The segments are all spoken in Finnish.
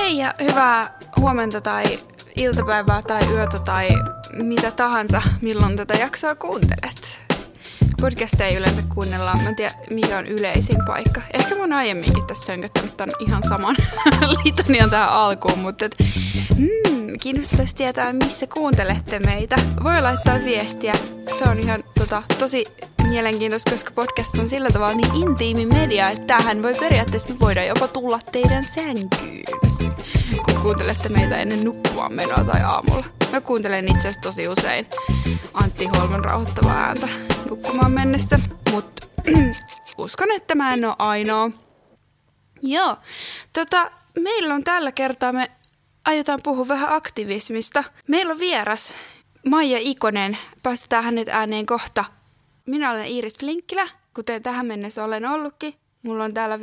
Hei ja hyvää huomenta tai iltapäivää tai yötä tai mitä tahansa, milloin tätä jaksoa kuuntelet. Podcasteja yleensä kuunnellaan, mä en tiedä mikä on yleisin paikka. Ehkä mä oon aiemminkin tässä sönköttänyt tämän ihan saman litanian tähän alkuun, mutta kiinnostaisi tietää, missä kuuntelette meitä. Voi laittaa viestiä, se on ihan tosi mielenkiintoista, koska podcast on sillä tavalla niin intiimi media, että tämähän voi periaatteessa, me voidaan jopa tulla teidän sänkyyn, kun kuuntelette meitä ennen nukkumaan menoa tai aamulla. Mä kuuntelen itse asiassa tosi usein Antti Holman rauhoittavaa ääntä nukkumaan mennessä, mutta uskon, että mä en ole ainoa. Joo, meillä on tällä kertaa, me aiotaan puhua vähän aktivismista. Meillä on vieras Maija Ikonen, päästetään hänet ääneen kohta. Minä olen Iiris Flinkkilä, kuten tähän mennessä olen ollutkin. Mulla on täällä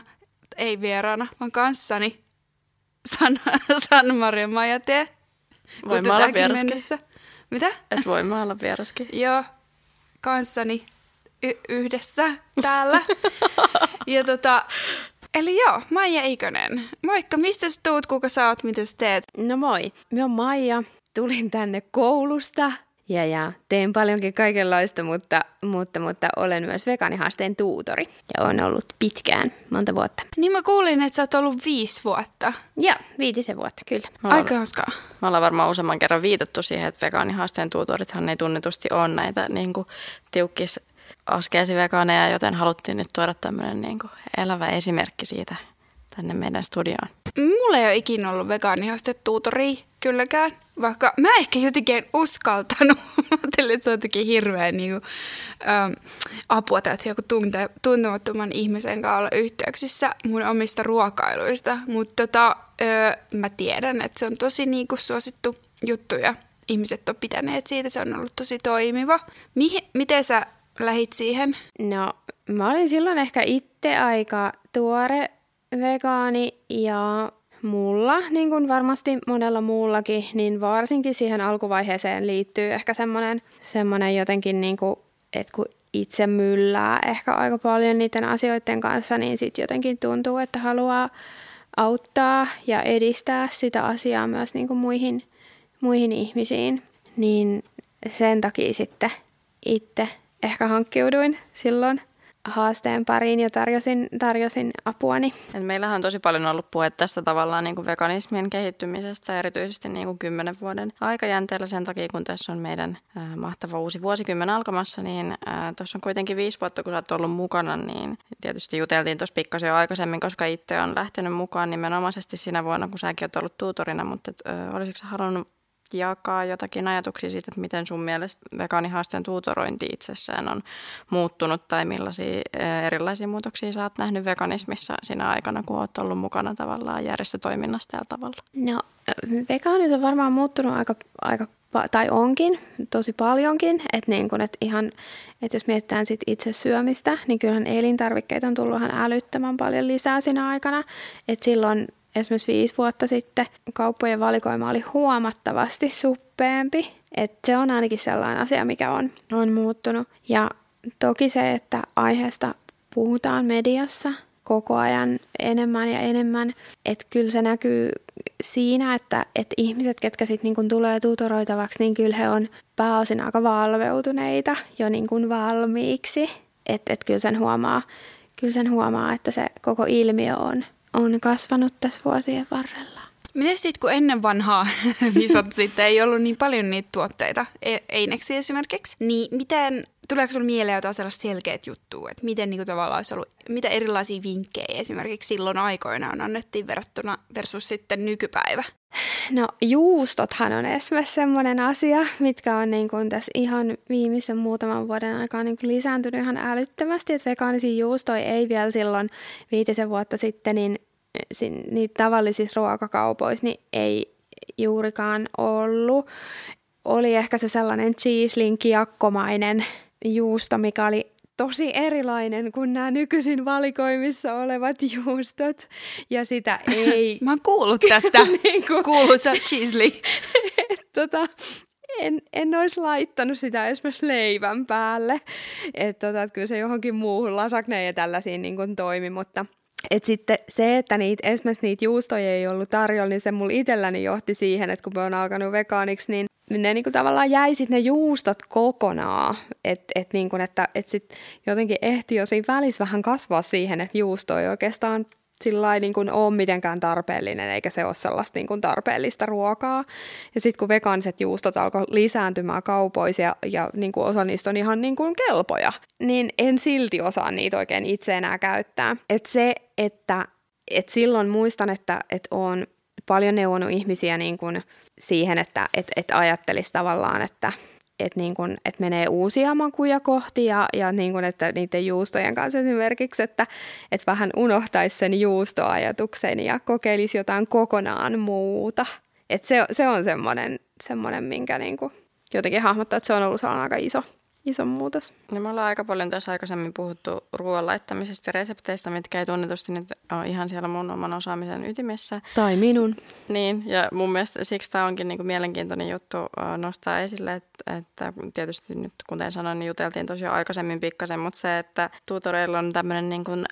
vaan kanssani Sanna-Maria Maijatee. Voimme olla vieraskin. Mitä? Et voimme olla vieraskin. Joo, kanssani yhdessä täällä. Ja eli joo, Maija Ikonen. Moikka, mistä sä tuut, kuka sä oot, mitä sä teet? No moi, mä oon Maija. Tulin tänne koulusta ja teen paljonkin kaikenlaista, mutta olen myös vegaanihaasteen tuutori ja olen ollut pitkään, monta vuotta. Niin mä kuulin, että sä oot ollut 5 vuotta. Joo, 5 vuotta, kyllä. Aika hauskaa. Me ollaan varmaan useamman kerran viitattu siihen, että vegaanihaasteen tuutorithan ei tunnetusti ole näitä tiukkis askeesi vegaaneja, joten haluttiin nyt tuoda tämmöinen elävä esimerkki siitä tänne meidän studioon. Mulla ei ole ikinä ollut vegaanihastetuutoria kylläkään, vaikka mä ehkä jotenkin uskaltanut. Mä ajattelin, että se on jotenkin hirveän apua, että joku tuntemattoman ihmisen kanssa olla yhteyksissä mun omista ruokailuista. Mutta mä tiedän, että se on tosi suosittu juttu ja ihmiset on pitäneet siitä. Se on ollut tosi toimiva. Miten sä lähit siihen? No, mä olin silloin ehkä itse aika tuore vegaani ja mulla, niin kuin varmasti monella muullakin, niin varsinkin siihen alkuvaiheeseen liittyy ehkä semmoinen jotenkin, että kun itse myllää ehkä aika paljon niiden asioiden kanssa, niin sitten jotenkin tuntuu, että haluaa auttaa ja edistää sitä asiaa myös muihin ihmisiin. Niin sen takia sitten itse ehkä hankkiuduin silloin haasteen pariin ja tarjosin apuani. Et meillähän on tosi paljon ollut puhe tästä tavallaan veganismin kehittymisestä, erityisesti 10 vuoden aikajänteellä sen takia, kun tässä on meidän mahtava uusi vuosikymmen alkamassa, niin tuossa on kuitenkin 5 vuotta, kun sä oot ollut mukana, niin tietysti juteltiin tuossa pikkasen jo aikaisemmin, koska itse on lähtenyt mukaan nimenomaisesti siinä vuonna, kun säkin oot ollut tuutorina, mutta olisitko sä halunnut jakaa jotakin ajatuksia siitä, että miten sun mielestä vegaanihaasteen tuutorointi itsessään on muuttunut tai millaisia erilaisia muutoksia sä oot nähnyt veganismissa siinä aikana, kun oot ollut mukana tavallaan järjestötoiminnassa tällä tavalla? No, vegaanius on varmaan muuttunut tai onkin tosi paljonkin, että jos mietitään sit itse syömistä, niin kyllähän elintarvikkeita on tullut ihan älyttömän paljon lisää siinä aikana, että silloin esimerkiksi 5 vuotta sitten kauppojen valikoima oli huomattavasti suppeempi. Että se on ainakin sellainen asia, mikä on muuttunut. Ja toki se, että aiheesta puhutaan mediassa koko ajan enemmän ja enemmän. Että kyllä se näkyy siinä, että ihmiset, ketkä sitten tulee tutoroitavaksi, niin kyllä he on pääosin aika valveutuneita jo valmiiksi. Että kyllä sen huomaa, että se koko ilmiö on kasvanut tässä vuosien varrella. Miten sitten, kun ennen vanhaa 5 vuotta sitten ei ollut niin paljon niitä tuotteita, eineksi esimerkiksi, niin tuleeko sinulle mieleen jotain sellaista selkeät juttua, että miten tavallaan olisi ollut, mitä erilaisia vinkkejä esimerkiksi silloin aikoinaan annettiin verrattuna versus sitten nykypäivä? No juustothan on esimerkiksi semmoinen asia, mitkä on tässä ihan viimeisen muutaman vuoden aikaa lisääntynyt ihan älyttömästi, että vegaanisia juustoja ei vielä silloin 5 vuotta sitten, niin niitä tavallisissa ruokakaupoissa niin ei juurikaan ollut. Oli ehkä se sellainen cheeselin-kiekkomainen juusto, mikä oli tosi erilainen kuin nämä nykyisin valikoimissa olevat juustot. Ja sitä ei... Mä oon kuullut tästä kuuluisa cheesely. En olisi laittanut sitä esimerkiksi leivän päälle. Että kyllä se johonkin muuhun lasagneen ja tällaisiin toimi, mutta Et sitten se, että esimerkiksi niitä juustoja ei ollut tarjolla, niin se mulla itselläni johti siihen, että kun mä oon alkanut vegaaniksi, niin ne niinku tavallaan jäi sitten ne juustot kokonaan. Että sitten jotenkin ehti jo siinä välissä vähän kasvaa siihen, että juusto ei oikeastaan sillä niin kuin ole mitenkään tarpeellinen, eikä se ole sellaista niin kuin tarpeellista ruokaa. Ja sitten kun vegaaniset juustot alkoi lisääntymään kaupoissa ja niin kuin osa niistä on ihan niin kuin kelpoja, niin en silti osaa niitä oikein itse enää käyttää. Että silloin muistan, että olen paljon neuvonut ihmisiä niin kuin siihen, että ajattelisi tavallaan, että menee uusia makuja kohti ja niin kuin, että niiden juustojen kanssa esimerkiksi, että vähän unohtaisi sen juustoajatuksen ja kokeilisi jotain kokonaan muuta. Että se on semmoinen minkä niin kuin jotenkin hahmottaa, että se on ollut sellainen aika iso muutos. Ja me ollaan aika paljon tässä aikaisemmin puhuttu ruoan laittamisesta ja resepteistä, mitkä ei tunnetusti nyt ole ihan siellä mun oman osaamisen ytimessä. Tai minun. Niin, ja mun mielestä siksi tämä onkin niin kuin mielenkiintoinen juttu nostaa esille, että tietysti nyt kuten sanoin, niin juteltiin tosiaan aikaisemmin pikkasen, mutta se, että tutoreilla on tämmöinen niin kuin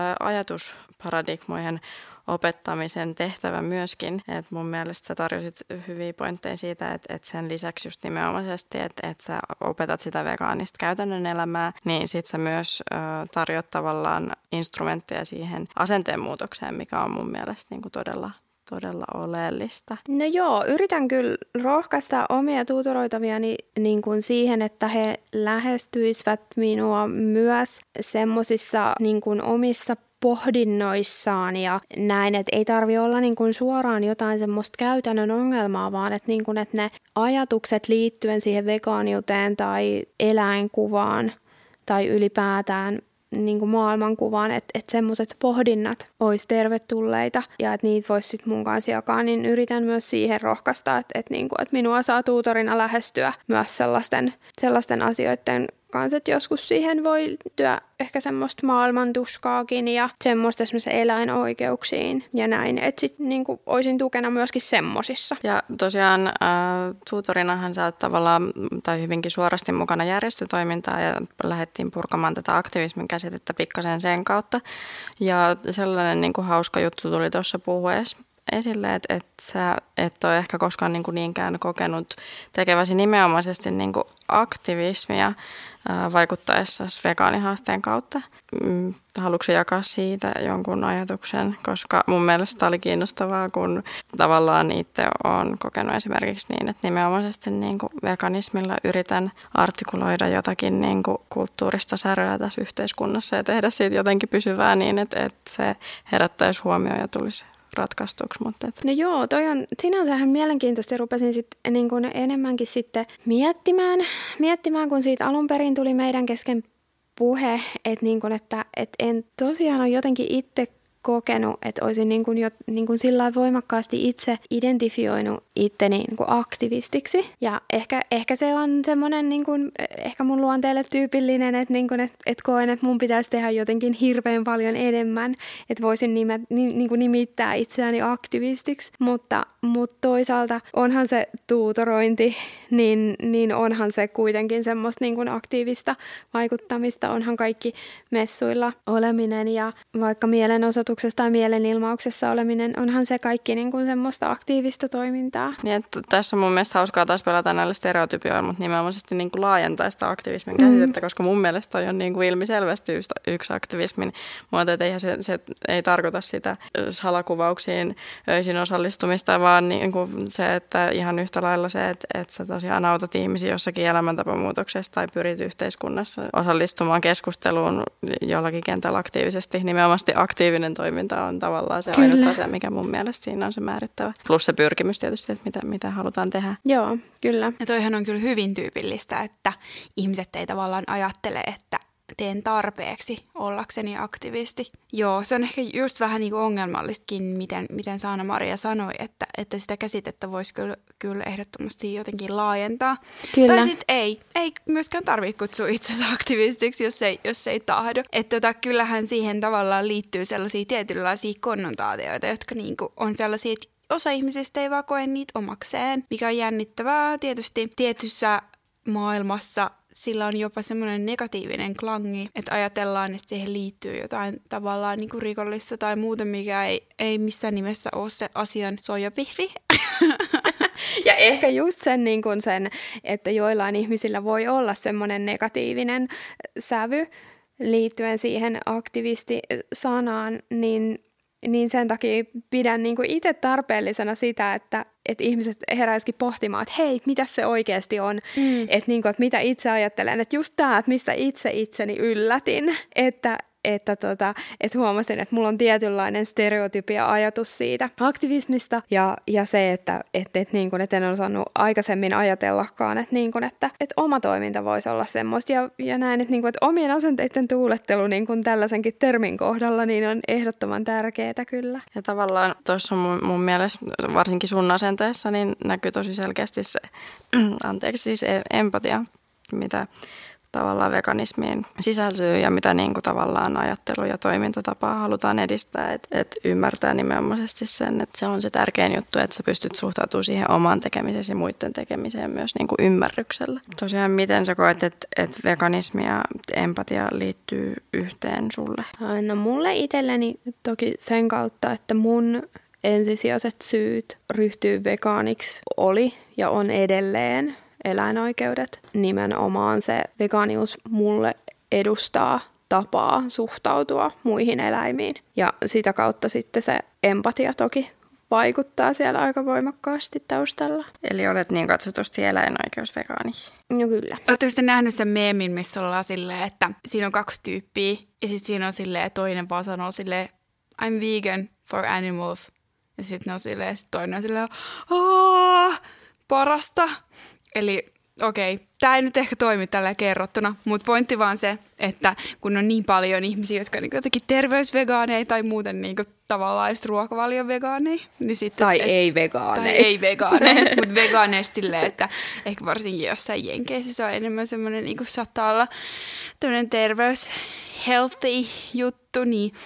ajatusparadigmojen opettamisen tehtävä myöskin. Et mun mielestä sä tarjosit hyviä pointteja siitä, että sen lisäksi just nimenomaisesti, että sä opetat sitä vegaanista käytännön elämää, niin sit sä myös tarjot tavallaan instrumentteja siihen asenteen muutokseen, mikä on mun mielestä niin kuin todella oleellista. No joo, yritän kyllä rohkaista omia tutoroitaviani niin kuin siihen, että he lähestyisivät minua myös semmoisissa niin kuin omissa pohdinnoissaan ja näin, että ei tarvitse olla niin kuin suoraan jotain semmoista käytännön ongelmaa, vaan että, niin kuin, että ne ajatukset liittyen siihen vegaaniuteen tai eläinkuvaan tai ylipäätään niin kuin maailmankuvaan, että semmoiset pohdinnat olisi tervetulleita ja että niitä voisi sitten mun kanssa jakaa, niin yritän myös siihen rohkaista, että minua saa tuutorina lähestyä myös sellaisten asioiden kanssa, että joskus siihen voi liittyä ehkä semmoista maailmantuskaakin ja semmoista esimerkiksi eläinoikeuksiin ja näin, että sitten niinku olisin tukena myöskin semmosissa. Ja tosiaan tuutorinahan sä oot tavallaan tai hyvinkin suorasti mukana järjestötoimintaa ja lähdettiin purkamaan tätä aktivismin käsitettä pikkasen sen kautta. Ja sellainen niinku hauska juttu tuli tuossa puhuessa esille, että sä et ole ehkä koskaan niinkään kokenut tekeväsi nimenomaisesti aktivismia vaikuttaessasi vegaanihaasteen kautta. Haluatko jakaa siitä jonkun ajatuksen? Koska mun mielestä oli kiinnostavaa, kun tavallaan itse olen kokenut esimerkiksi niin, että nimenomaisesti veganismilla yritän artikuloida jotakin kulttuurista säröä tässä yhteiskunnassa ja tehdä siitä jotenkin pysyvää niin, että se herättäisi huomioon ja tulisi ratkaistuksi. No joo, toi on sinänsä ihan mielenkiintoista ja rupesin sitten niin kuin enemmänkin miettimään, kun siitä alun perin tuli meidän kesken puhe, että en tosiaan ole jotenkin itse kokenut, että olisin sillä voimakkaasti itse identifioinut itteni aktivistiksi. Ja ehkä se on semmoinen ehkä mun luonteelle tyypillinen, että koen, että mun pitäisi tehdä jotenkin hirveän paljon enemmän, että voisin nimittää itseäni aktivistiksi. Mutta toisaalta onhan se tuutorointi, niin onhan se kuitenkin semmoista aktiivista vaikuttamista. Onhan kaikki messuilla oleminen ja vaikka mielenosoituksessa tai mielenilmauksessa oleminen, onhan se kaikki semmoista aktiivista toimintaa. Niin, että tässä on mun mielestä hauskaa taas pelata näillä stereotypioilla, mutta nimenomaisesti laajentaa sitä aktivismin käsitettä, koska mun mielestä toi on ilmiselvästi yksi aktivismin muoto, että eihän se ei tarkoita sitä salakuvauksiin öisin osallistumista, vaan se, että ihan yhtä lailla se, että sä tosiaan autat ihmisiä jossakin elämäntapamuutoksessa tai pyrit yhteiskunnassa osallistumaan keskusteluun jollakin kentällä aktiivisesti. Nimenomaan aktiivinen toiminta on tavallaan se ainut asia, mikä mun mielestä siinä on se määrittävä. Plus se pyrkimys tietysti, että mitä halutaan tehdä. Joo, kyllä. Ja toihan on kyllä hyvin tyypillistä, että ihmiset ei tavallaan ajattele, että teen tarpeeksi ollakseni aktivisti. Joo, se on ehkä just vähän ongelmallistakin, miten Saana-Maria sanoi, että sitä käsitettä voisi kyllä ehdottomasti jotenkin laajentaa. Kyllä. Tai sitten ei myöskään tarvitse kutsua itsensä aktivistiksi, jos ei tahdo. Että kyllähän siihen tavallaan liittyy sellaisia tietynlaisia konnotaatioita, jotka on sellaisia, että osa ihmisistä ei vaan koe niitä omakseen, mikä on jännittävää. Tietysti tietyssä maailmassa sillä on jopa semmoinen negatiivinen klangi, että ajatellaan, että siihen liittyy jotain tavallaan niin kuin rikollista tai muuta, mikä ei missään nimessä ole se asian soijapihvi. Ja ehkä just niin kuin sen, että joillain ihmisillä voi olla semmoinen negatiivinen sävy liittyen siihen aktivistisanaan, niin sen takia pidän niin kuin itse tarpeellisena sitä, että ihmiset heräisikin pohtimaan, että hei, mitä se oikeasti on, että, niin kuin, että mitä itse ajattelen, että just tämä, että mistä itse itseni yllätin, että huomasin, että mulla on tietynlainen stereotypia ajatus siitä aktivismista ja se, että niin kuin, että en osannut aikaisemmin ajatellakaan, että, niin kuin, että oma toiminta voisi olla semmoista ja näin, että, niin kuin, että omien asenteiden tuulettelu niin kuin tällaisenkin termin kohdalla niin on ehdottoman tärkeää kyllä. Ja tavallaan tuossa mun mielestä, varsinkin sun asenteessa, niin näkyy tosi selkeästi se, empatia, mitä tavallaan veganismiin sisältyy ja mitä niin kuin tavallaan ajattelu- ja toimintatapaa halutaan edistää. Et ymmärtää nimenomaisesti sen, että se on se tärkein juttu, että sä pystyt suhtautumaan siihen omaan tekemiseen ja muiden tekemiseen myös niin kuin ymmärryksellä. Tosiaan, miten sä koet, että veganismi ja empatia liittyy yhteen sulle? No mulle itselleni toki sen kautta, että mun ensisijaiset syyt ryhtyä vegaaniksi oli ja on edelleen eläinoikeudet. Nimenomaan se vegaanius mulle edustaa tapaa suhtautua muihin eläimiin. Ja sitä kautta sitten se empatia toki vaikuttaa siellä aika voimakkaasti taustalla. Eli olet niin katsotusti eläinoikeusvegaani. No kyllä. Oletteko sitten nähnyt sen meemin, missä ollaan silleen, että siinä on 2 tyyppiä ja sitten siinä on silleen, toinen vaan sanoo silleen, I'm vegan for animals. Ja sitten ne on silleen, ja sit toinen on silleen, parasta. Eli okei, tämä ei nyt ehkä toimi tällä kerrottuna, mutta pointti vaan se, että kun on niin paljon ihmisiä, jotka on jotenkin terveysvegaaneja tai muuten tavallaan just ruokavalion vegaaneja. Niin sitten, tai ei vegaaneja. Tai ei vegaaneja, mutta vegaaneista silleen, että ehkä varsinkin jossain jenkeissä se on enemmän semmoinen, saattaa olla tämmöinen terveys, healthy juttu,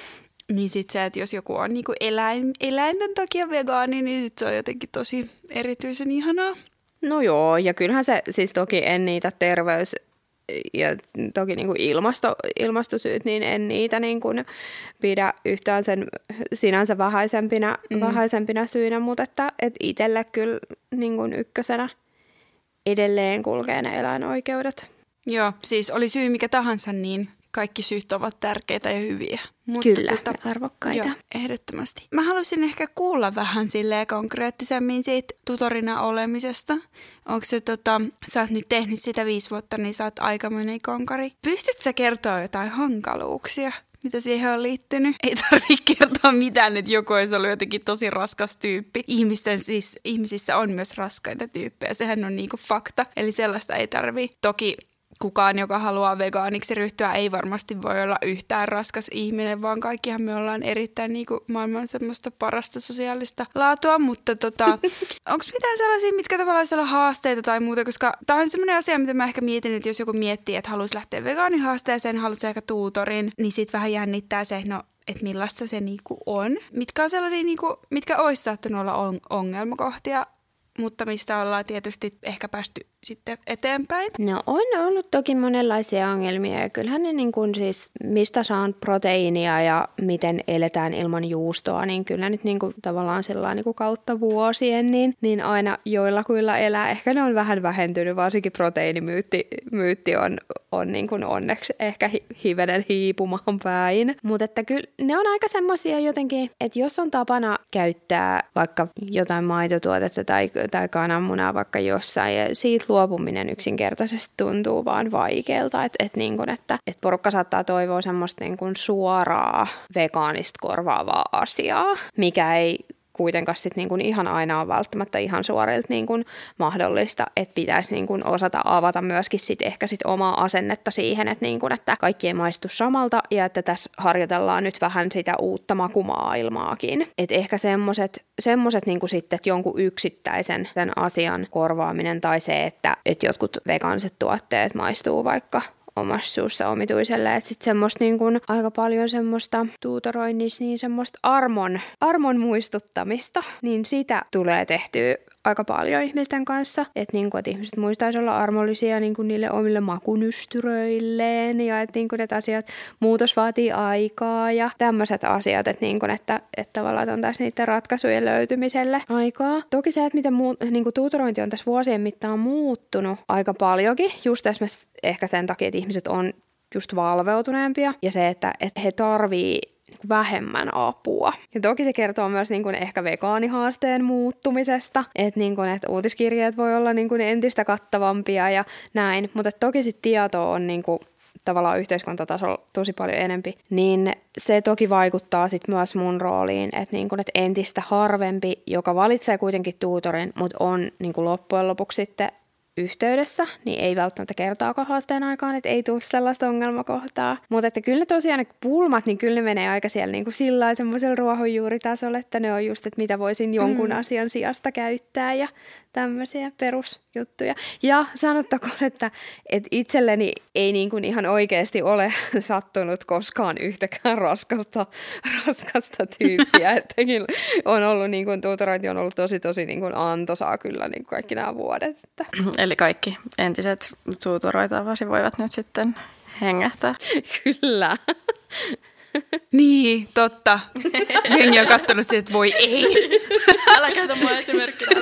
niin sitten se, että jos joku on eläinten takia vegaani, niin sit se on jotenkin tosi erityisen ihanaa. No joo, ja kyllähän se, siis toki en niitä terveys- ja toki niin kuin ilmastosyyt, niin en niitä niin kuin pidä yhtään sen sinänsä vähäisempinä syynä, mutta että itselle kyllä niin kuin ykkösenä edelleen kulkee ne eläinoikeudet. Joo, siis oli syy mikä tahansa, niin kaikki syyt ovat tärkeitä ja hyviä. Mutta kyllä, arvokkaita. Joo, ehdottomasti. Mä haluaisin ehkä kuulla vähän silleen konkreettisemmin siitä tutorina olemisesta. Onko se sä oot nyt tehnyt sitä 5 vuotta, niin sä oot aikamoinen konkari. Pystytkö sä kertoa jotain hankaluuksia, mitä siihen on liittynyt? Ei tarvitse kertoa mitään, että joku olisi ollut jotenkin tosi raskas tyyppi. Ihmisissä on myös raskaita tyyppejä, sehän on niinku fakta. Eli sellaista ei tarvitse. Toki kukaan, joka haluaa vegaaniksi ryhtyä, ei varmasti voi olla yhtään raskas ihminen, vaan kaikkihan me ollaan erittäin maailman semmoista parasta sosiaalista laatua, mutta onko mitään sellaisia, mitkä tavallaan olla haasteita tai muuta, koska tämä on semmoinen asia, mitä mä ehkä mietin, että jos joku miettii, että haluaisi lähteä vegaanihaasteeseen, haluaisi ehkä tuutorin, niin sit vähän jännittää se, että millaista se on. Mitkä on sellaisia, mitkä olisi saattanut olla ongelmakohtia, mutta mistä ollaan tietysti ehkä päästy sitten eteenpäin? No on ollut toki monenlaisia ongelmia ja kyllähän ne siis, mistä saan proteiinia ja miten eletään ilman juustoa, niin kyllä nyt tavallaan sellainen kautta vuosien, niin aina joillakuilla elää. Ehkä ne on vähän vähentynyt, varsinkin proteiinimyytti on onneksi ehkä hivenen hiipumaan päin. Mutta että kyllä ne on aika semmoisia jotenkin, että jos on tapana käyttää vaikka jotain maitotuotetta tai kananmunaa vaikka jossain ja siitä luopuminen yksinkertaisesti tuntuu vaan vaikealta, että porukka saattaa toivoa semmoista suoraa vegaanista korvaavaa asiaa, mikä ei kuitenkaan sitten ihan aina on välttämättä ihan suorilta mahdollista, että pitäisi osata avata myöskin sit ehkä sit omaa asennetta siihen, että kaikki ei maistu samalta ja että tässä harjoitellaan nyt vähän sitä uutta makumaailmaakin. Että ehkä semmoiset sitten, että jonkun yksittäisen sen asian korvaaminen tai se, että jotkut vegaaniset tuotteet maistuu vaikka omassa suussa omituiselle, että sitten semmoista aika paljon semmoista tuutoroinnissa, niin semmoista armon muistuttamista, niin sitä tulee tehtyä aika paljon ihmisten kanssa. Että niinku, et ihmiset muistaisi olla armollisia niinku niille omille makunystyröilleen ja että niinku, et asiat, muutos vaatii aikaa ja tämmöiset asiat, että niinku, että tavallaan on tässä niiden ratkaisujen löytymiselle aikaa. Toki se, että miten niinku, tuutorointi on tässä vuosien mittaan muuttunut aika paljonkin, just esimerkiksi ehkä sen takia, että ihmiset on just valveutuneempia ja se, että he tarvii vähemmän apua. Ja toki se kertoo myös niin kuin ehkä vegaanihaasteen muuttumisesta, että niin kuin, että uutiskirjeet voi olla niin kuin entistä kattavampia ja näin, mutta toki sitten tieto on niin kuin tavallaan yhteiskuntatasolla tosi paljon enempi, niin se toki vaikuttaa sitten myös mun rooliin, että, niin kun, että entistä harvempi, joka valitsee kuitenkin tuutorin, mutta on niin kun loppujen lopuksi sitten yhteydessä, niin ei välttämättä kertaakaan haasteen aikaan, että ei tule sellaista ongelmakohtaa. Mutta että kyllä tosiaan ne pulmat, niin kyllä ne menee aika siellä niin kuin sillä semmoisella ruohonjuuritasolla, että ne on just, että mitä voisin jonkun asian sijasta käyttää ja tämmöisiä perusjuttuja. Ja sanottakoon, että itselleni ei niin kuin ihan oikeasti ole sattunut koskaan yhtäkään raskasta tyyppiä. Ettekin on ollut, niin kuin tuutorointi on ollut tosi niin kuin antoisaa kyllä niin kuin kaikki nämä vuodet. Että. Eli kaikki entiset tuutoroitavasi voivat nyt sitten hengähtää. Kyllä. Niin, totta. Jengi on kattonut siihen, että voi ei. Älä käytä mua esimerkkinä,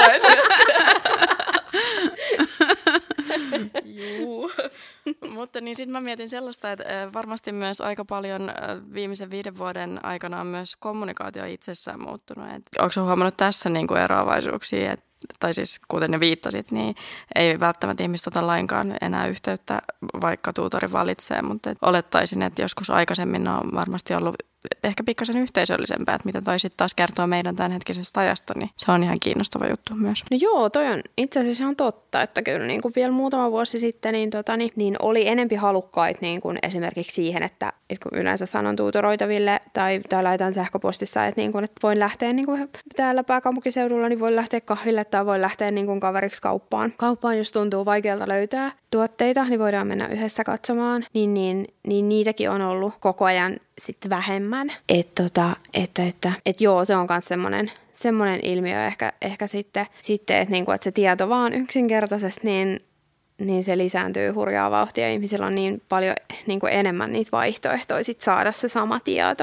Juu. Mutta niin sitten mä mietin sellaista, että varmasti myös aika paljon viimeisen 5 vuoden aikana on myös kommunikaatio itsessään muuttunut. Onko sä huomannut tässä niin kuin eroavaisuuksia, tai siis kuten ne viittasit, niin ei välttämättä ihmiset ota lainkaan enää yhteyttä, vaikka tuutori valitsee, mutta olettaisin, että joskus aikaisemmin on varmasti ollut ehkä pikkasen yhteisöllisempää, että mitä toi sitten taas kertoo meidän tämänhetkisestä ajasta, niin se on ihan kiinnostava juttu myös. No joo, toi on itse asiassa ihan totta, että kyllä niin kuin vielä muutama vuosi sitten niin oli enempi halukkaita niin kuin esimerkiksi siihen, että kun yleensä sanon tuutoroitaville tai laitan sähköpostissa, että, niin kuin, että voin lähteä niin kuin täällä pääkaupunkiseudulla, niin voin lähteä kahville tai voin lähteä niin kuin kaveriksi kauppaan. Kauppaan, jos tuntuu vaikealta löytää tuotteita, niin voidaan mennä yhdessä katsomaan, niin niitäkin on ollut koko ajan sitten vähemmän. Että joo, se on myös semmoinen ilmiö ehkä sitten että, niinku, että se tieto vaan yksinkertaisesti, niin se lisääntyy hurjaa vauhtia. Ihmisillä on niin paljon niinku enemmän niitä vaihtoehtoja sit saada se sama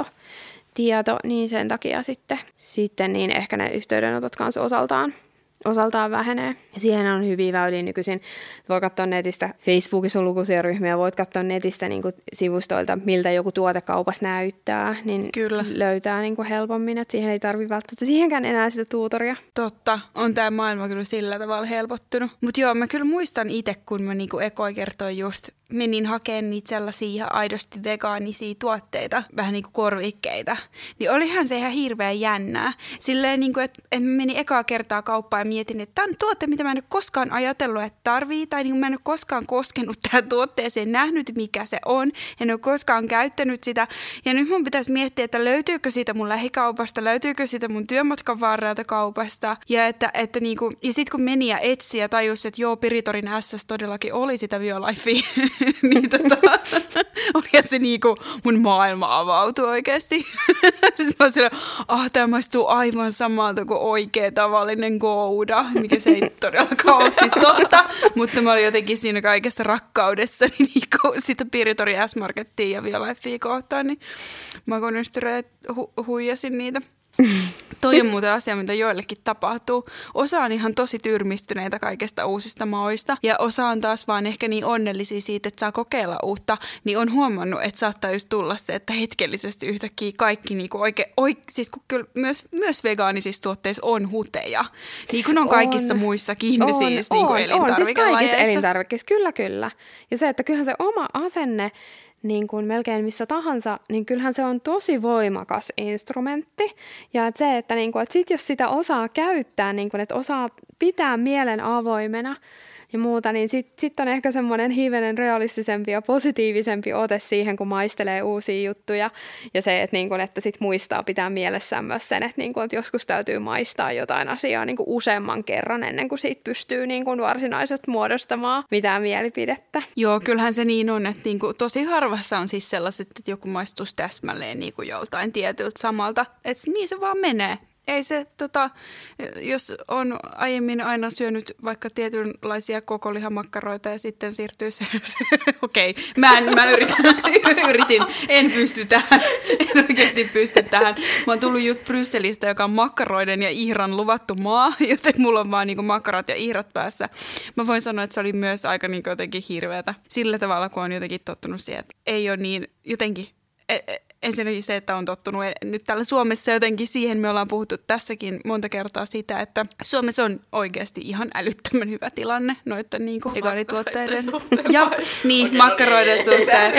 tieto, niin sen takia sitten niin ehkä ne yhteydenotot kanssa osaltaan vähenee. Ja siihen on hyviä väyliä nykyisin. Voi katsoa netistä, Facebookissa on lukuisia ryhmiä, voit katsoa netistä niin kuin sivustoilta, miltä joku tuotekaupassa näyttää, niin kyllä löytää niin kuin helpommin, että siihen ei tarvitse välttämättä siihenkään enää sitä tuutoria. Totta, on tämä maailma kyllä sillä tavalla helpottunut. Mutta joo, mä kyllä muistan itse, kun mä niinku ekoi kertoin just, menin hakemaan niitä sellaisia ihan aidosti vegaanisia tuotteita, vähän niin kuin korvikkeita, niin olihan se ihan hirveän jännää. Silleen, niin kuin, että mä menin ekaa kertaa kauppaan ja mietin, että tämä on tuote, mitä mä en ole koskaan ajatellut, että tarvii, tai niin kuin mä en ole koskaan koskenut tähän tuotteeseen, nähnyt mikä se on, en ole koskaan käyttänyt sitä, ja nyt mun pitäisi miettiä, että löytyykö siitä mun lähikaupasta, löytyykö siitä mun työmatkan varrelta kaupasta, ja että niin kuin, ja sitten kun meni ja etsi ja tajusi, että joo, Piritorin SS todellakin oli sitä Violifea, niin olihan se niinku mun maailma avautui oikeasti. Siis mä oon silleen, tämä maistuu aivan samalta kuin oikea tavallinen gouda, mikä se ei todellakaan ole siis totta, mutta mä olin jotenkin siinä kaikessa rakkaudessa niin sitä Piritori S-Markettia ja Violifea kohtaan, niin makunystyröitä huijasin niitä. Toi on muuten asia, mitä joillekin tapahtuu. Osa on ihan tosi tyrmistyneitä kaikesta uusista mauista ja osa on taas vaan ehkä niin onnellisia siitä, että saa kokeilla uutta, niin on huomannut, että saattaa just tulla se, että hetkellisesti yhtäkkiä kaikki niinku siis kun kyllä myös vegaanisissa tuotteissa on huteja, niin kuin on kaikissa muissakin siis niinku elintarvikelajeissa. Siis kaikissa elintarvikkeissa, kyllä. Ja se, että kyllähän se oma asenne niin kuin melkein missä tahansa, niin kyllähän se on tosi voimakas instrumentti. Ja että se, että, niin kuin, että sit jos sitä osaa käyttää, niin kuin, että osaa pitää mielen avoimena ja muuta, niin sitten on ehkä semmoinen hivenen realistisempi ja positiivisempi ote siihen, kun maistelee uusia juttuja. Ja se, että, niin kuin, että sit muistaa pitää mielessään myös sen, että, niin kuin, että joskus täytyy maistaa jotain asiaa niin kuin useamman kerran ennen kuin siitä pystyy niin kuin varsinaisesti muodostamaan mitään mielipidettä. Joo, kyllähän se niin on, että niin kuin, tosi harvassa on siis sellaiset, että joku maistuisi täsmälleen niin kuin joltain tietyltä samalta. Että niin se vaan menee. ei se, jos on aiemmin aina syönyt vaikka tietynlaisia kokolihamakkaroita ja sitten siirtyy okei, mä yritin, en pysty tähän, en oikeasti pysty tähän. Mä oon tullut just Brysselistä, joka on makkaroiden ja ihran luvattu maa, joten mulla on vaan niinku makkarat ja ihrat päässä. Mä voin sanoa, että se oli myös aika niinku jotenkin hirveätä sillä tavalla, kun on jotenkin tottunut siihen, että ei ole niin jotenkin. Ensinnäkin se, että on tottunut nyt täällä Suomessa jotenkin siihen, me ollaan puhuttu tässäkin monta kertaa sitä, että Suomessa on oikeasti ihan älyttömän hyvä tilanne noiden niin vegaanituotteiden ja niin, makkaroiden suhteen.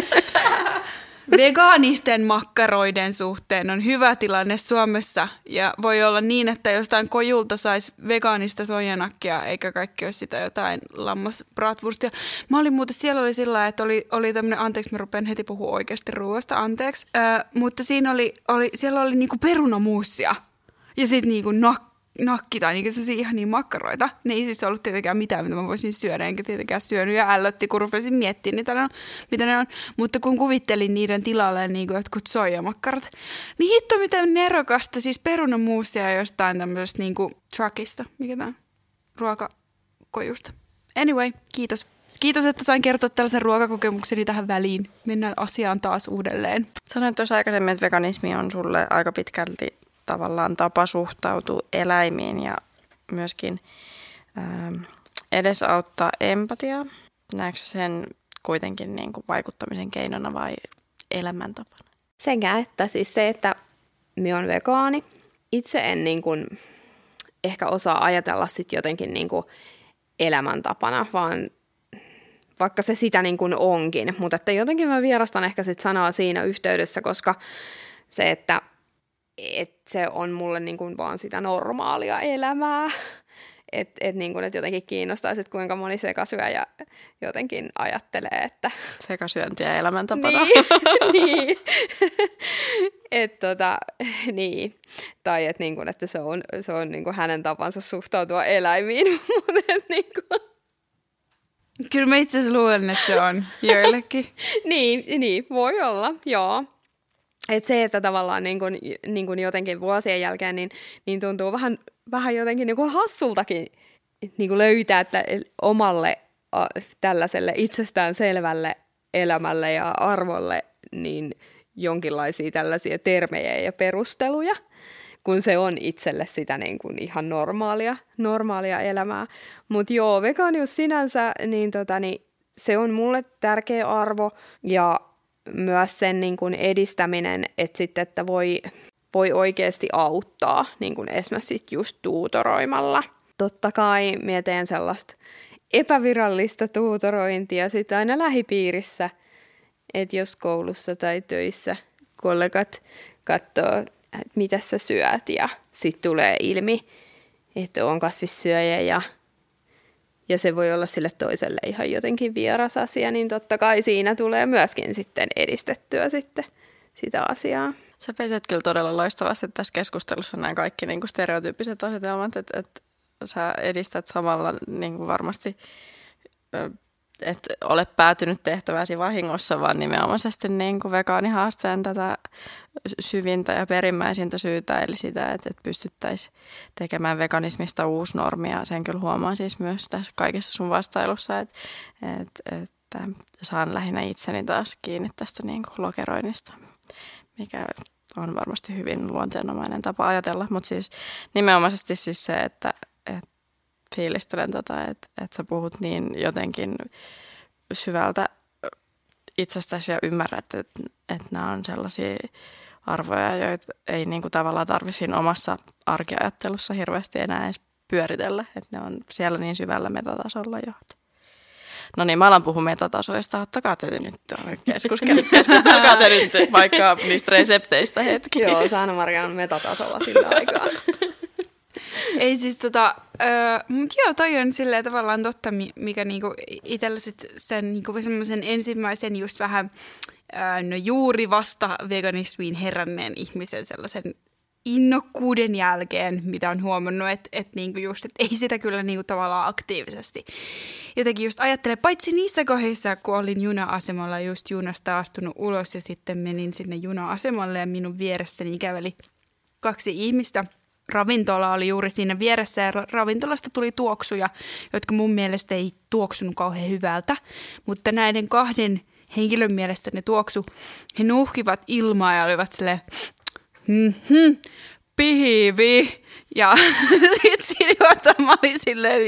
Vegaanisten makkaroiden suhteen on hyvä tilanne Suomessa ja voi olla niin, että jostain kojulta saisi vegaanista soijanakkia eikä kaikki olisi sitä jotain lammasbratwurstia. Mä olin muuten, siellä oli sillä lailla, että oli tämmöinen, anteeksi mä rupean heti puhua oikeasti ruoasta, anteeksi, mutta siinä siellä oli niinku perunamuussia ja sitten niinku nakki tai niinku sellaisia ihan niin makkaroita. Ne ei siis ollut tietenkään mitään, mitä mä voisin syödä, enkä tietenkään syönyt ja ällötti, kun rupesin miettimään niitä, mitä ne on. Mutta kun kuvittelin niiden tilalle niinku jotkut soijamakkarat, niin hitto miten nerokasta, siis perunamuusia jostain tämmöisestä niinku truckista, mikä tää on, ruokakojusta. Anyway, kiitos. Kiitos, että sain kertoa tällaisen ruokakokemukseni tähän väliin. Mennään asiaan taas uudelleen. Sanoin tuossa aikaisemmin, että veganismi on sulle aika pitkälti tavallaan tapa suhtautua eläimiin ja myöskin edesauttaa empatiaa. Näetkö sen kuitenkin niin kuin vaikuttamisen keinona vai elämäntapana? Sekä että siis se, että minä olen vegaani. Itse en niin kuin ehkä osaa ajatella sit jotenkin niin kuin elämäntapana, vaan vaikka se sitä niin kuin onkin. Mutta että jotenkin mä vierastan ehkä sit sanaa siinä yhteydessä, koska se, että se on mulle niin kuin vaan sitä normaalia elämää. Niin kuin, että jotenkin kiinnostaisi, että kuinka moni sekasyöjä jotenkin ajattelee, että sekasyöntiä elämäntapana. Niin. Niin. Tai että, niin kuin, että se on niin kuin hänen tapansa suhtautua eläimiin. Niin kuin. Kyllä mä itse asiassa luulen, että se on joillekin. niin, voi olla, joo. Että se, että tavallaan niin kuin jotenkin vuosien jälkeen niin tuntuu vähän jotenkin niin kuin hassultakin niin kuin löytää että omalle tällaiselle itsestään selvälle elämälle ja arvolle niin jonkinlaisia tällaisia termejä ja perusteluja, kun se on itselle sitä niin kuin ihan normaalia elämää. Mutta joo, vegaanius sinänsä, niin se on mulle tärkeä arvo ja myös sen niin kuin edistäminen, että voi oikeasti auttaa niin kuin esimerkiksi just tuutoroimalla. Totta kai mie teen sellaista epävirallista tuutorointia sitten aina lähipiirissä, että jos koulussa tai töissä kollegat katsoo, mitä sä syöt ja sitten tulee ilmi, että on kasvissyöjä ja se voi olla sille toiselle ihan jotenkin vieras asia, niin totta kai siinä tulee myöskin sitten edistettyä sitten sitä asiaa. Sä peset kyllä todella loistavasti tässä keskustelussa nämä kaikki niin kuin stereotyyppiset asetelmat, että sä edistät samalla niin kuin varmasti, että ole päätynyt tehtäväsi vahingossa, vaan nimenomaisesti niin kuin vegaanihaasteen tätä syvintä ja perimmäisintä syytä, eli sitä, että pystyttäisiin tekemään veganismista uusi normi, ja sen kyllä huomaan siis myös tässä kaikessa sun vastailussa, että saan lähinnä itseni taas kiinni tästä niin kuin lokeroinnista, mikä on varmasti hyvin luonteenomainen tapa ajatella, mutta siis nimenomaisesti siis se, että fiilistelen että sä puhut niin jotenkin syvältä itsestäsi ja ymmärrät, että nämä on sellaisia arvoja, joita ei niinku tavallaan tarvitse siinä omassa arkiajattelussa hirveästi enää edes pyöritellä, että ne on siellä niin syvällä metatasolla jo. No niin, mä alan puhua metatasoista. Ottakaa te nyt keskustelkaa te nyt vaikka niistä resepteistä hetki. Joo, Saana-Maria on metatasolla sillä aikaa. Ei siis mutta joo, toi on silleen tavallaan totta, mikä niinku itsellä sit sen niinku semmoisen ensimmäisen just vähän juuri vasta veganismiin heränneen ihmisen sellaisen innokkuuden jälkeen, mitä on huomannut, että niinku just, et ei sitä kyllä niinku tavallaan aktiivisesti jotenkin just ajattele, paitsi niissä kohdissa, kun olin juna-asemalla, just junasta astunut ulos ja sitten menin sinne juna-asemalle ja minun vieressäni käveli 2 ihmistä, ravintola oli juuri siinä vieressä ja ravintolasta tuli tuoksuja, jotka mun mielestä ei tuoksunut kauhean hyvältä, mutta näiden kahden henkilön mielestä ne tuoksu, he nuuhkivat ilmaa ja olivat silleen, pihivi. Ja sitten siinä mä olin silleen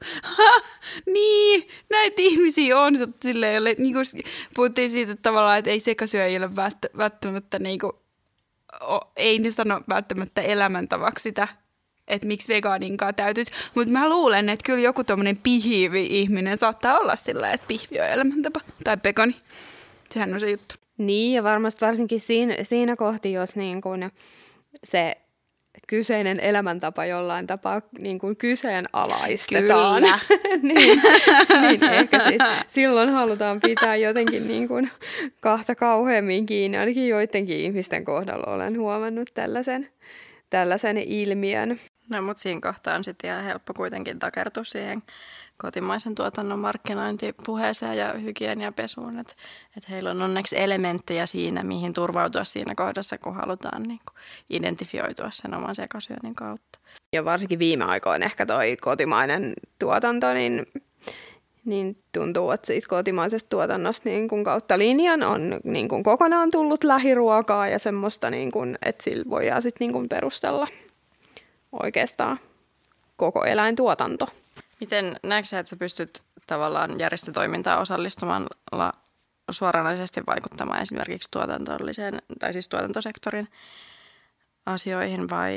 niin, näitä ihmisiä on silleen, niin kuin puhuttiin siitä tavallaan, että ei sekasyöjille välttämättä ei ne sano välttämättä elämäntavaksi sitä, että miksi vegaaninkaan täytyisi. Mutta mä luulen, että kyllä joku tommonen pihivi ihminen saattaa olla sillä, että pihvi on elämäntapa tai vegani. Sehän on se juttu. Niin, ja varmasti varsinkin siinä kohti, jos niin kun se kyseinen elämäntapa jollain tapaa niin kuin kyseenalaistetaan, niin ehkä silloin halutaan pitää jotenkin niin kuin kahta kauheammin kiinni. Ainakin joidenkin ihmisten kohdalla olen huomannut tällaisen ilmiön. No, mutta siinä kohtaa on sitten ihan helppo kuitenkin takertua siihen kotimaisen tuotannon markkinointipuheeseen ja hygieniapesuun, että heillä on onneksi elementtejä siinä, mihin turvautua siinä kohdassa, kun halutaan niin kuin identifioitua sen oman sekasyönnin kautta. Ja varsinkin viime aikoina ehkä toi kotimainen tuotanto, niin tuntuu, että siitä kotimaisesta tuotannosta niin kuin kautta linjan on niin kuin kokonaan tullut lähiruokaa ja semmoista, niin kuin, että sillä voidaan sitten niin kuin perustella oikeastaan koko eläintuotanto. Miten näetkö sä, että sä pystyt tavallaan järjestötoimintaan osallistumalla suoranaisesti vaikuttamaan esimerkiksi tuotantosektorin asioihin vai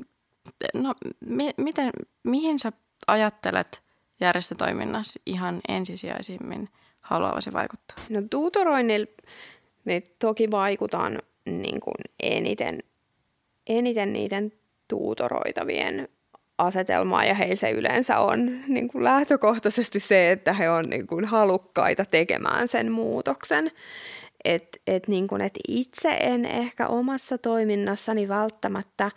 mihin sä ajattelet järjestötoiminnassa ihan ensisijaisimmin haluavasi vaikuttaa? No tuutoroinnilla me toki vaikutaan niin kuin eniten niiden tuutoroitavien asetelmaa, ja heillä se yleensä on niin kuin lähtökohtaisesti se, että he on niin kuin halukkaita tekemään sen muutoksen. Niin kuin, et itse en ehkä omassa toiminnassani välttämättä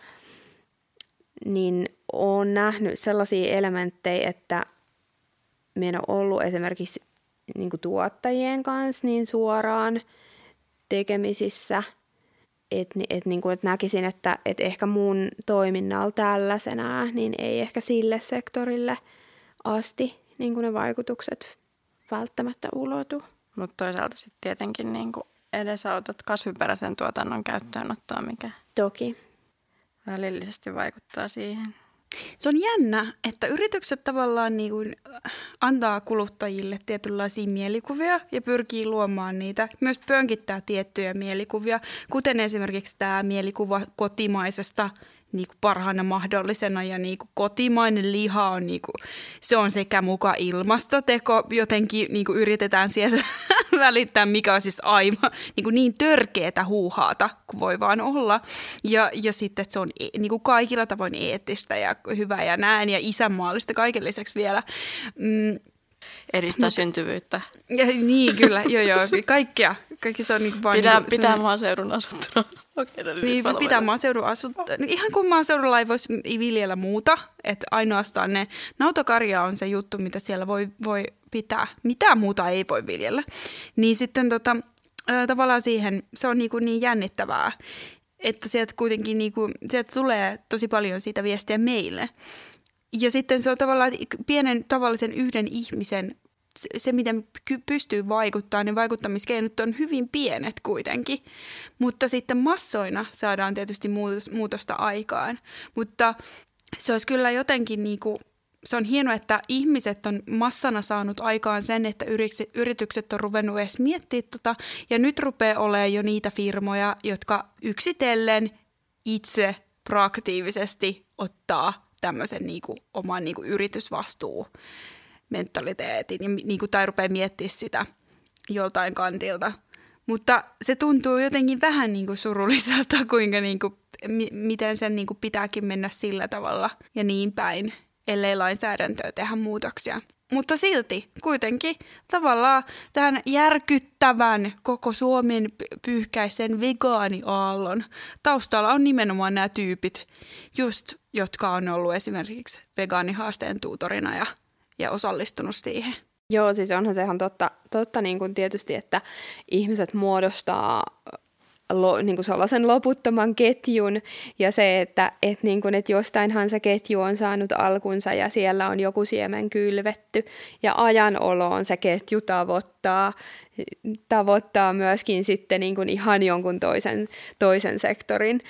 niin olen nähnyt sellaisia elementtejä, että minä olen ollut esimerkiksi niin kuin tuottajien kanssa niin suoraan tekemisissä, että näkisin, että ehkä mun toiminnalla tällaisenä niin ei ehkä sille sektorille asti niin kuin ne vaikutukset välttämättä ulotu. Mutta toisaalta sitten tietenkin niin kuin edesautat kasviperäisen tuotannon käyttöönottoa, mikä toki välillisesti vaikuttaa siihen. Se on jännä, että yritykset tavallaan niin kuin antaa kuluttajille tietynlaisia mielikuvia ja pyrkii luomaan niitä. Myös pönkittää tiettyjä mielikuvia, kuten esimerkiksi tämä mielikuva kotimaisesta niin kuin parhaana mahdollisena ja niin kuin kotimainen liha on, niin kuin, se on sekä muka ilmastoteko, jotenkin niin kuin yritetään sieltä välittää, mikä on siis aivan niin törkeätä huuhaata kuin voi vaan olla. Ja sitten, että se on niin kuin kaikilla tavoin eettistä ja hyvää ja näin ja isänmaallista kaiken lisäksi vielä. Edistää syntyvyyttä. Ja, niin, kyllä, joo, kaikki se on niin vaan... Pitää maaseudun asuttuna. Pitää maaseudun asuttuna. Ihan kuin maaseudulla ei voisi viljellä muuta, että ainoastaan ne nautakarja on se juttu, mitä siellä voi pitää. Mitään muuta ei voi viljellä. Niin sitten tavallaan siihen, se on niin jännittävää, että sieltä kuitenkin sieltä tulee tosi paljon siitä viestiä meille. Ja sitten se on tavallaan pienen tavallisen yhden ihmisen, se miten pystyy vaikuttamaan, ne vaikuttamiskeinot on hyvin pienet kuitenkin. Mutta sitten massoina saadaan tietysti muutosta aikaan. Mutta se olisi kyllä jotenkin, se on hienoa, että ihmiset on massana saanut aikaan sen, että yritykset on ruvennut edes miettimään ja nyt rupeaa olemaan jo niitä firmoja, jotka yksitellen itse proaktiivisesti ottaa tämmöisen oman yritysvastuumentaliteetin tai rupeaa miettimään sitä joltain kantilta. Mutta se tuntuu jotenkin vähän surulliselta, kuinka miten sen pitääkin mennä sillä tavalla ja niin päin, ellei lainsäädäntöä tehdä muutoksia. Mutta silti kuitenkin tavallaan tähän järkyttävän koko Suomen pyyhkäisen vegaaniaallon taustalla on nimenomaan nämä tyypit, just jotka on ollut esimerkiksi vegaanihaasteen tuutorina ja osallistunut siihen. Joo, siis onhan se ihan totta niin kuin tietysti, että ihmiset muodostaa niin kuin sellaisen loputtoman ketjun ja se, että niin kuin, että jostainhan se ketju on saanut alkunsa ja siellä on joku siemen kylvetty ja ajan oloon se ketju tavoittaa myöskin sitten niin kuin ihan jonkun toisen sektorin.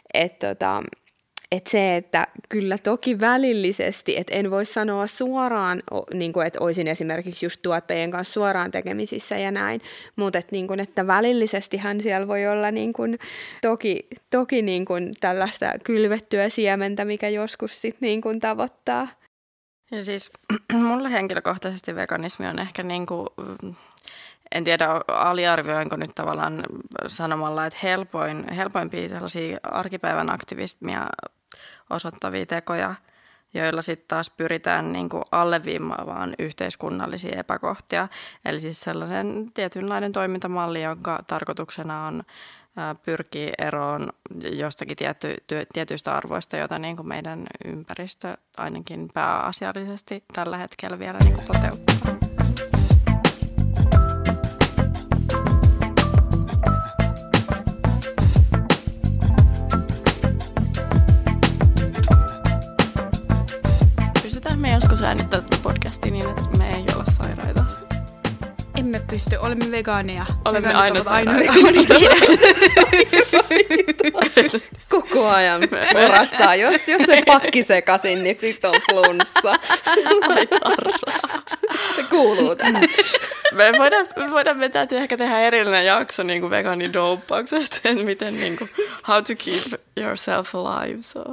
Että se, että kyllä toki välillisesti, että en voi sanoa suoraan, niin kuin, että olisin esimerkiksi just tuottajien kanssa suoraan tekemisissä ja näin, mutta että, niin kuin, että välillisestihän siellä voi olla niin kuin, toki niin kuin tällaista kylvettyä siementä, mikä joskus sit niin kuin tavoittaa. Ja siis mulle henkilökohtaisesti veganismi on ehkä niin kuin, en tiedä aliarvioinko nyt tavallaan sanomalla, että helpoimpia sellaisia arkipäivän aktivismia osoittavia tekoja, joilla sitten taas pyritään niin kuin alleviivaamaan yhteiskunnallisia epäkohtia. Eli siis sellainen tietynlainen toimintamalli, jonka tarkoituksena on pyrkiä eroon jostakin tietyistä arvoista, joita niin kuin meidän ympäristö ainakin pääasiallisesti tällä hetkellä vielä niin kuin toteuttaa. Me joskus äänittää tätä podcastia niin, että me ei olla sairaita. Emme pysty, olemme vegaaneja. Olemme ainoa Koko ajan porastaa. Jos se pakki sekaisin, niin sitten on flunssa. Ai tarraa. Se kuuluu tähän. Me voidaan vetää ehkä tehdä erillinen jakso niin kuin vegaanidouppauksesta, että miten niin kuin, how to keep yourself alive. So.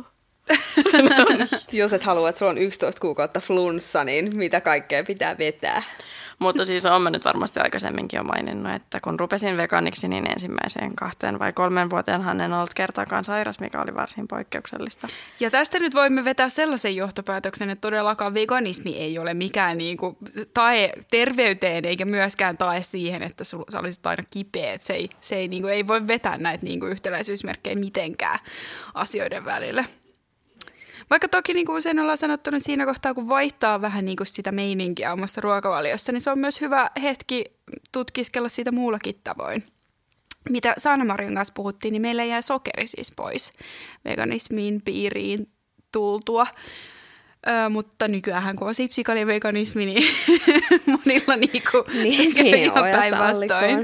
Jos et halua, että sulla on 11 kuukautta flunssa, niin mitä kaikkea pitää vetää? Mutta siis olen mä nyt varmasti aikaisemminkin jo maininnut, että kun rupesin vegaaniksi, niin ensimmäiseen 2 vai 3 vuoteenhan en ollut kertaakaan sairas, mikä oli varsin poikkeuksellista. Ja tästä nyt voimme vetää sellaisen johtopäätöksen, että todellakaan veganismi ei ole mikään niinku tae terveyteen, eikä myöskään tae siihen, että sä olisit aina kipeä. Se ei, niinku, ei voi vetää näitä niinku yhtäläisyysmerkkejä mitenkään asioiden välillä. Vaikka toki niin kuin usein ollaan sanottu, niin siinä kohtaa, kun vaihtaa vähän niin kuin sitä meininkiä omassa ruokavaliossa, niin se on myös hyvä hetki tutkiskella siitä muullakin tavoin. Mitä Sanna-Marjan kanssa puhuttiin, niin meillä jäi sokeri siis pois veganismin piiriin tultua. Mutta nykyään kun on sipsikaliveganismi, niin monilla se käy ihan päinvastoin.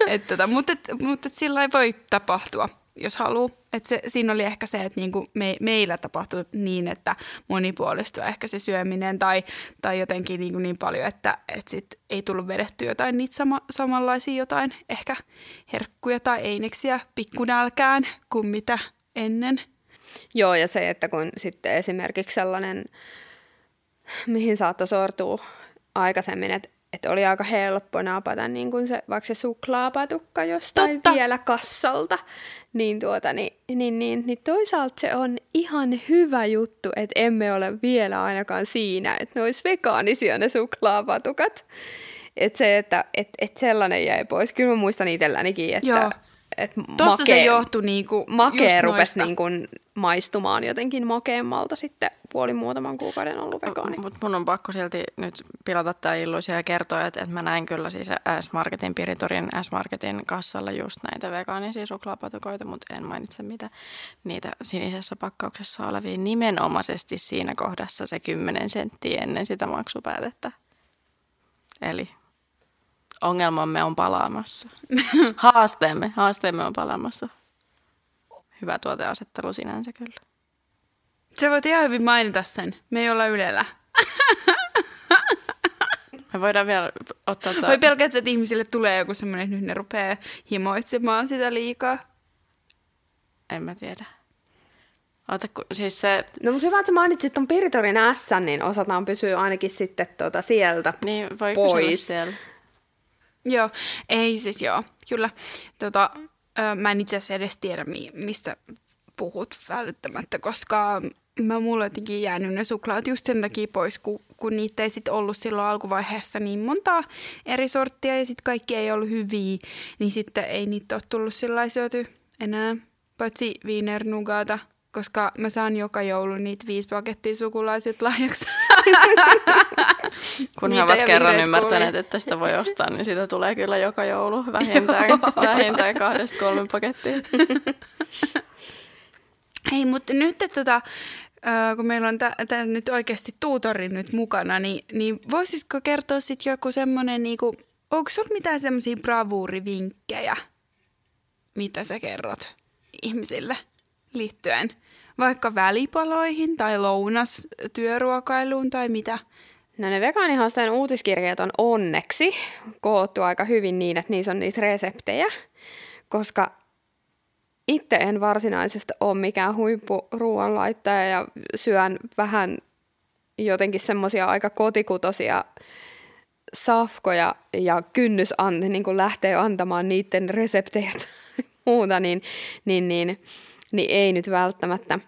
Mutta sillä ei voi tapahtua, jos haluaa. Siinä oli ehkä se, että niinku meillä tapahtui niin, että monipuolistui ehkä se syöminen tai jotenkin niin paljon, että sit ei tullut vedettyä jotain niitä samanlaisia jotain ehkä herkkuja tai eineksiä pikkunälkään kuin mitä ennen. Joo, ja se, että kun sitten esimerkiksi sellainen, mihin saattoi sortua aikaisemmin, että oli aika helppo napata niin kuin se, vaikka se suklaapatukka jostain vielä kassalta, niin toisaalta se on ihan hyvä juttu, että emme ole vielä ainakaan siinä, että ne olisi vegaanisia ne suklaapatukat. Että se, että sellainen jäi pois. Kyllä mä muistan itsellänikin, että tosta se johtui makea rupesi niinku maistumaan jotenkin makeammalta sitten muutaman kuukauden ollut vegaani. Mutta mun on pakko silti nyt pilata tämä illuusio ja kertoa, että mä näin kyllä siis S-Marketin, Piritorin S-Marketin kassalla just näitä vegaanisia suklaapatukoita, mutta en mainitse mitä niitä sinisessä pakkauksessa olevia nimenomaisesti siinä kohdassa se 10 senttiä ennen sitä maksupäätettä. Eli ongelmamme on palaamassa. Haasteemme on palaamassa. Hyvä tuoteasettelu sinänsä kyllä. Sä voit ihan hyvin mainita sen. Me ei olla Ylellä. Me voidaan vielä ottaa... Voi pelkää, että ihmisille tulee joku semmoinen, nyt ne rupeaa himoitsemaan sitä liikaa. En mä tiedä. Siis se... No mutta hyvä, että sä mainitsit ton Piritorin S:n, niin osataan pysyä ainakin sitten sieltä niin, voi pois. Siellä. Joo, ei siis joo, kyllä. Mä en itse asiassa edes tiedä, mistä puhut välttämättä, koska mulla jotenkin jäänyt ne suklaat just sen takia pois, kun niitä ei sitten ollut silloin alkuvaiheessa niin montaa eri sorttia ja sitten kaikki ei ollut hyviä, niin sitten ei niitä ole tullut sillä syöty enää, paitsi Wiener Nougata, koska mä saan joka joulu niitä 5 pakettia sukulaiset lahjaksi. Kun he ovat kerran ymmärtäneet, että sitä voi ostaa, niin sitä tulee kyllä joka joulu vähintään 2-3 pakettia. Hei, mutta nyt, kun meillä on täällä nyt oikeasti tuutori nyt mukana, niin voisitko kertoa sitten joku semmoinen, niinku, onko sulla mitään semmoisia bravuurivinkkejä, mitä sä kerrot ihmisille liittyen vaikka välipaloihin tai lounastyöruokailuun tai mitä? No ne vegaanihaasteen uutiskirjat on onneksi koottu aika hyvin niin, että niissä on niitä reseptejä, koska itse en varsinaisesti ole mikään huippuruoanlaittaja ja syön vähän jotenkin semmoisia aika kotikutoisia safkoja ja kynnys niin kun lähtee antamaan niiden reseptejä tai muuta, niin ei nyt välttämättä.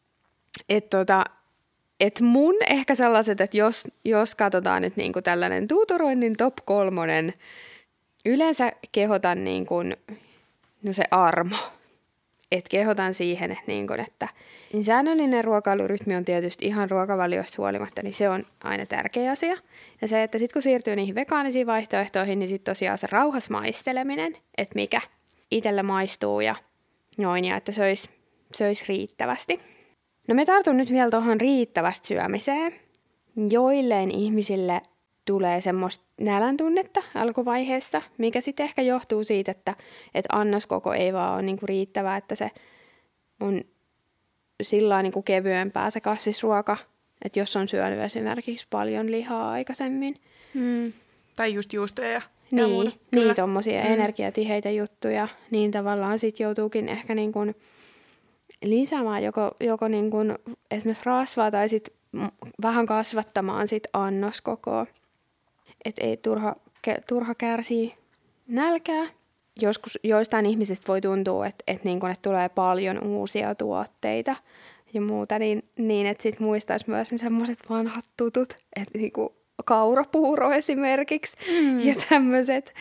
Et mun ehkä sellaiset, että jos katsotaan nyt niinku tällainen tuutoroinnin top 3, yleensä kehotan niinku, no se armo. Et kehotan siihen, että säännöllinen ruokailurytmi on tietysti ihan ruokavaliosta huolimatta, niin se on aina tärkeä asia. Ja se, että sitten kun siirtyy niihin vegaanisiin vaihtoehtoihin, niin sitten tosiaan se rauhas maisteleminen, että mikä itselle maistuu ja noin, ja että söisi riittävästi. No me tartun nyt vielä tuohon riittävästi syömiseen. Joilleen ihmisille tulee semmoista nälän tunnetta alkuvaiheessa, mikä sitten ehkä johtuu siitä, että annoskoko ei vaan ole niinku riittävää, että se on sillä niinku kevyempää se kasvisruoka, että jos on syönyt esimerkiksi paljon lihaa aikaisemmin. Tai just juustoja ja muuta. Niin, tommosia energiatiheitä juttuja, niin tavallaan sitten joutuukin ehkä niinku lisäämään joko niinku esimerkiksi rasvaa tai sitten vähän kasvattamaan sit annoskokoa. Että ei turha kärsii nälkää. Joskus joistain ihmisistä voi tuntua, että tulee paljon uusia tuotteita ja muuta, niin että sitten muistaisi myös ne semmoiset vanhat tutut, että niinku kaurapuuro esimerkiksi ja tämmöiset,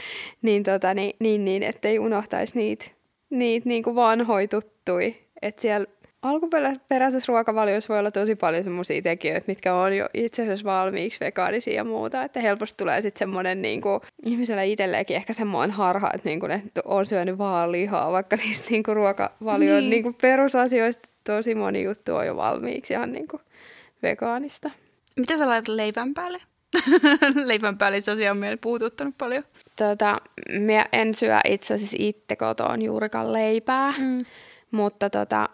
niin ettei unohtaisi niitä niinku vanhoja tuttui. Että siellä alkuperäisessä ruokavaliossa voi olla tosi paljon semmoisia tekijöitä, mitkä on jo itse asiassa valmiiksi vegaanisia ja muuta. Että helposti tulee sitten semmoinen niinku, ihmisellä itselleenkin ehkä semmoinen harha, että on syönyt vaan lihaa, vaikka niistä niinku ruokavalion niinku perusasioista tosi moni juttu on jo valmiiksi ihan niinku vegaanista. Mitä sä laitat leivän päälle? Leivän päälle se asia on meille puututtanut paljon. Mä en syö itse asiassa itse kotoon juurikaan leipää, mutta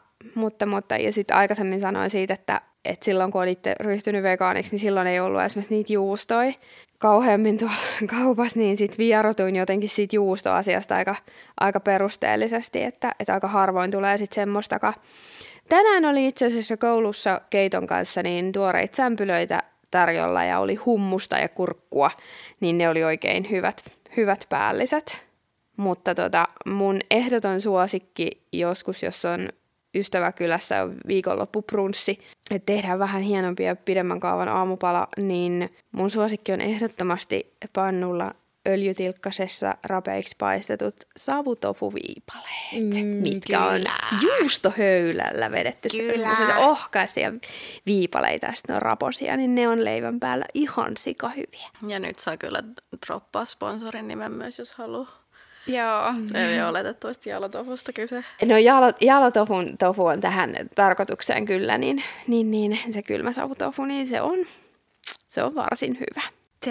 ja sitten aikaisemmin sanoin siitä, että silloin kun olin ryhtynyt vegaaniksi, niin silloin ei ollut esimerkiksi niitä juustoja kauheammin tuolla kaupassa, niin sitten vierotuin jotenkin siitä juustoasiasta aika perusteellisesti, että aika harvoin tulee sitten semmoista. Tänään oli itse asiassa koulussa keiton kanssa niin tuoreita sämpylöitä tarjolla ja oli hummusta ja kurkkua, niin ne oli oikein hyvät päälliset. Mutta mun ehdoton suosikki joskus, jos on ystäväkylässä on viikonloppuprunssi, että tehdään vähän hienompi ja pidemmän kaavan aamupala, niin mun suosikki on ehdottomasti pannulla öljytilkkasessa rapeiksi paistetut savutofuviipaleet, mitkä on juustohöylällä vedetty ohkaisia viipaleita, ja sitten on raposia, niin ne on leivän päällä ihan sikahyviä. Ja nyt saa kyllä droppaa sponsorin nimen myös, jos haluaa. Joo. Eli oletettavasti jalotofusta kyse. No jalotofu on tähän tarkoitukseen kyllä, niin se kylmä savutofu, niin se on varsin hyvä.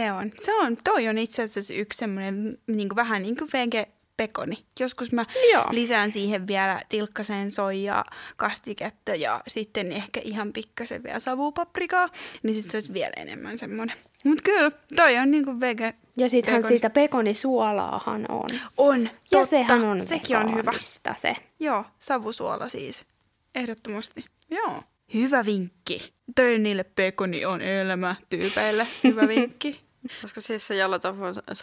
Toi on itse asiassa yksi semmoinen vähän niin kuin vege-pekoni. Joskus mä lisään siihen vielä tilkkaseen soijaa, kastiketta ja sitten ehkä ihan pikkasen vielä savupaprikaa, niin sitten se olisi vielä enemmän semmoinen. Mutta kyllä, toi on niinku vege. Ja sittenhän siitä pekonisuolaahan on. On, totta. Ja sehän on sekin on hyvä. Se. Joo, savusuola siis. Ehdottomasti. Joo. Hyvä vinkki. Toi niille pekoni on elämä tyypeille. Hyvä vinkki. Koska siis se jalotofu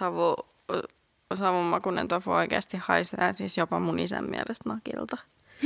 savunmakuinen tofu oikeasti haisee siis jopa mun isän mielestä nakilta.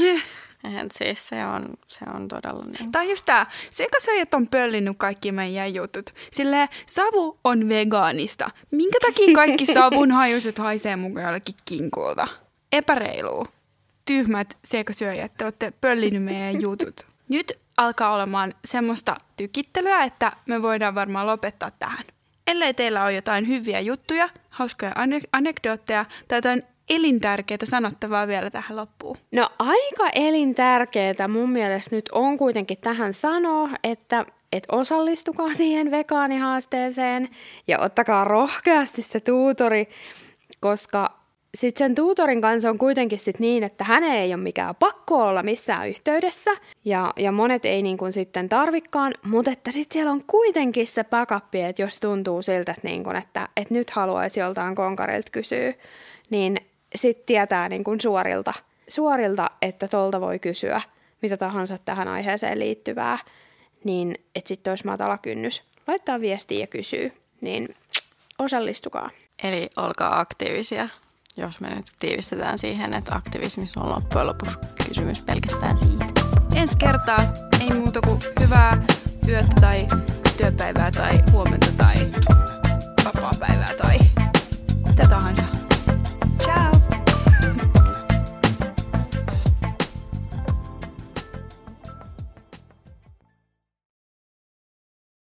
Siis se on todella niin. Tai just tää, sekasyöjät on pöllinyt kaikki meidän jutut. Silleen savu on vegaanista. Minkä takia kaikki savun hajuset haisee mukaan jollekin kinkulta? Epäreilua. Tyhmät sekasyöjät, te olette pöllinyt meidän jutut. Nyt alkaa olemaan semmoista tykittelyä, että me voidaan varmaan lopettaa tähän. Ellei teillä ole jotain hyviä juttuja, hauskoja anekdootteja tai jotain elintärkeää sanottavaa vielä tähän loppuun. No aika elintärkeää mun mielestä nyt on kuitenkin tähän sanoa, että osallistukaa siihen vegaanihaasteeseen ja ottakaa rohkeasti se tuutori, koska sitten sen tuutorin kanssa on kuitenkin sit niin, että hänen ei ole mikään pakko olla missään yhteydessä ja monet ei niin kuin sitten tarvikaan, mutta että sitten siellä on kuitenkin se backup, että jos tuntuu siltä, että, niin kuin, että nyt haluaisi joltain konkarilta kysyä, niin sitten tietää niin kuin suorilta, että tolta voi kysyä mitä tahansa tähän aiheeseen liittyvää, niin että sitten olisi matala kynnys laittaa viestiä ja kysyä, niin osallistukaa. Eli olkaa aktiivisia, jos me nyt tiivistetään siihen, että aktivismissa on loppujen lopuksi kysymys pelkästään siitä. Ensi kertaa ei muuta kuin hyvää yötä tai työpäivää tai huomenta tai